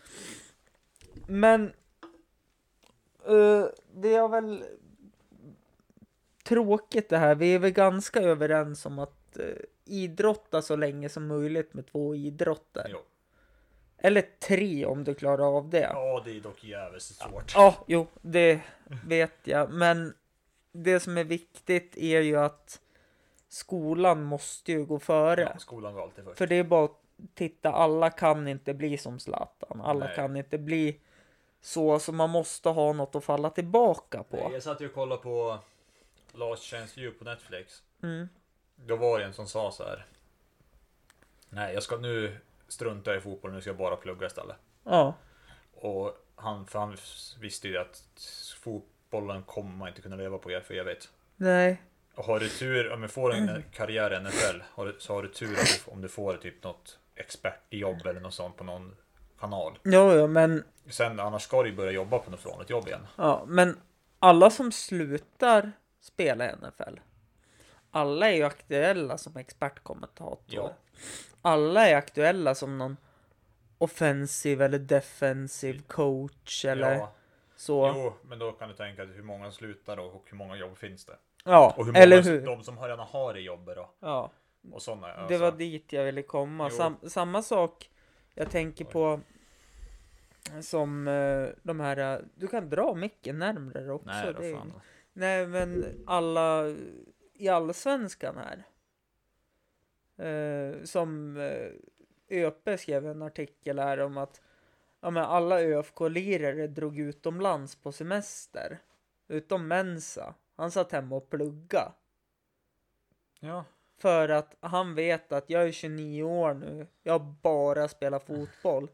Men uh, det är väl tråkigt det här. Vi är väl ganska överens om att uh, idrotta så länge som möjligt med två idrotter. Jo. Eller tre om du klarar av det. Ja, det är dock jävligt svårt. Ja, jo, det vet jag. Men det som är viktigt är ju att skolan måste ju gå före. Ja, skolan går alltid först. För det är bara att titta, alla kan inte bli som Zlatan. Alla Nej. kan inte bli så, så man måste ha något att falla tillbaka på. Nej, jag satt ju och kollade på Last Chance You på Netflix. Mm. Då var det en som sa så här: nej, jag ska nu strunta i fotboll, nu ska jag bara plugga istället. Ja, Och han, för han visste ju att fotbollen kommer man inte kunna leva på för evigt. Nej. Och har du tur, om du får en karriär i N F L, har du, så har du tur att du, om du får typ något expertjobb eller något sånt på någon kanal. Jo, ja, men... Sen annars ska du börja jobba på något vanligt jobb igen. Ja, men alla som slutar spela i N F L, alla är ju aktuella som expertkommentator. Ja. Alla är aktuella som någon offensiv eller defensiv coach eller Ja. så. Jo, men då kan du tänka dig hur många slutar då och hur många jobb finns det? Ja, Och hur många, eller hur? de som redan har det jobbet då. Ja, Och sådana, alltså. det var dit jag ville komma. Jo. Sam, samma sak jag tänker på som uh, de här, uh, du kan dra micken närmare också. Nej, då det är, fan. nej, men alla i allsvenskan här. Uh, som uh, Öpe skrev en artikel här om att ja, men alla Ö F K-lirare drog utomlands på semester. Utom Mensa. Han satt hemma och plugga. Ja. För att han vet att jag är tjugonio år nu. Jag bara spelar fotboll.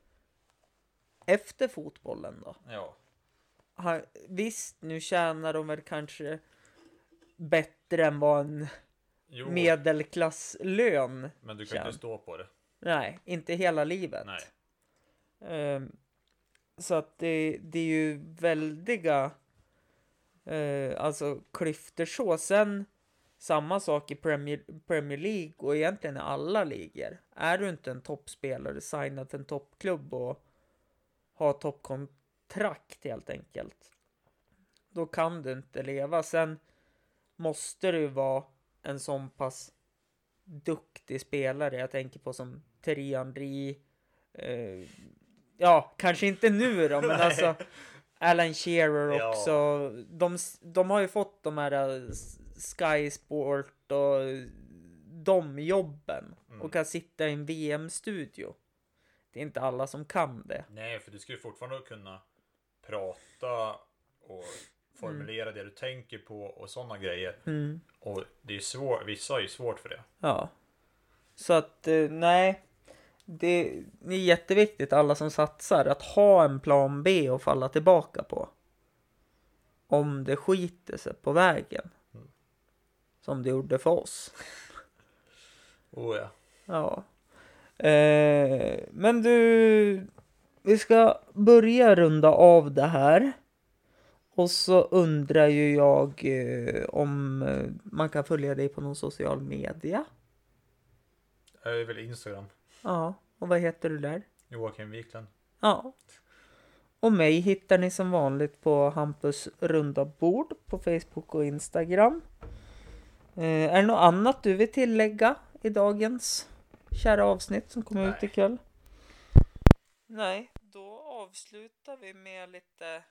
Efter fotbollen då. Ja. Han, visst, nu tjänar de väl kanske bättre än vad en Jo, medelklasslön men du kan tjänar. inte stå på det. Nej, inte hela livet. Nej. Um, så att det, det är ju väldiga uh, alltså klyftor så. Sen samma sak i Premier, Premier League och egentligen i alla ligor. Är du inte en toppspelare, signad till en toppklubb och har toppkontrakt helt enkelt, då kan du inte leva. Sen måste du vara en sån pass duktig spelare. Jag tänker på som Thierry Henry. Uh, ja, kanske inte nu då, men alltså Alan Shearer också. Ja. De, de har ju fått de här Sky Sport och de jobben mm. och kan sitta i en V M-studio. Det är inte alla som kan det. Nej, för du ska ju fortfarande kunna prata och formulera mm. det du tänker på och sådana grejer. Mm. Och det är svårt, vissa är ju svårt för det. Ja. Så att, nej. Det är jätteviktigt, alla som satsar, att ha en plan B och falla tillbaka på. Om det skiter sig på vägen. Mm. Som det gjorde för oss. Oh ja. Ja. Eh, men du, vi ska börja runda av det här. Och så undrar ju jag eh, om man kan följa dig på någon social media. Jag är väl Instagram. Ja, och vad heter du där? Joakim Wiklund. Ja. Och mig hittar ni som vanligt på Hampus runda bord på Facebook och Instagram. Eh, är det något annat du vill tillägga i dagens kära avsnitt som kommer Nej. ut ikväll? Nej, då avslutar vi med lite...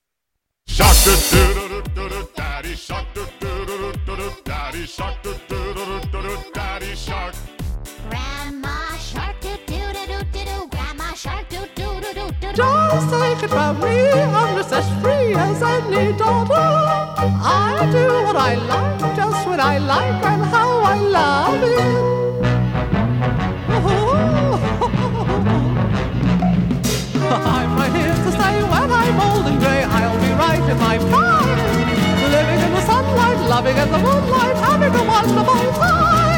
Daddy shark, daddy shark, daddy shark. Grandma shark, do do do do do. Grandma shark, do do do do do. Just take it from me, I'm just as free as any daughter. I do what I like, just when I like, and how I love it. I'm right here to stay when I'm old and grey. I'll be right in my prime, living in the sunlight, loving in the moonlight, having a wonderful time.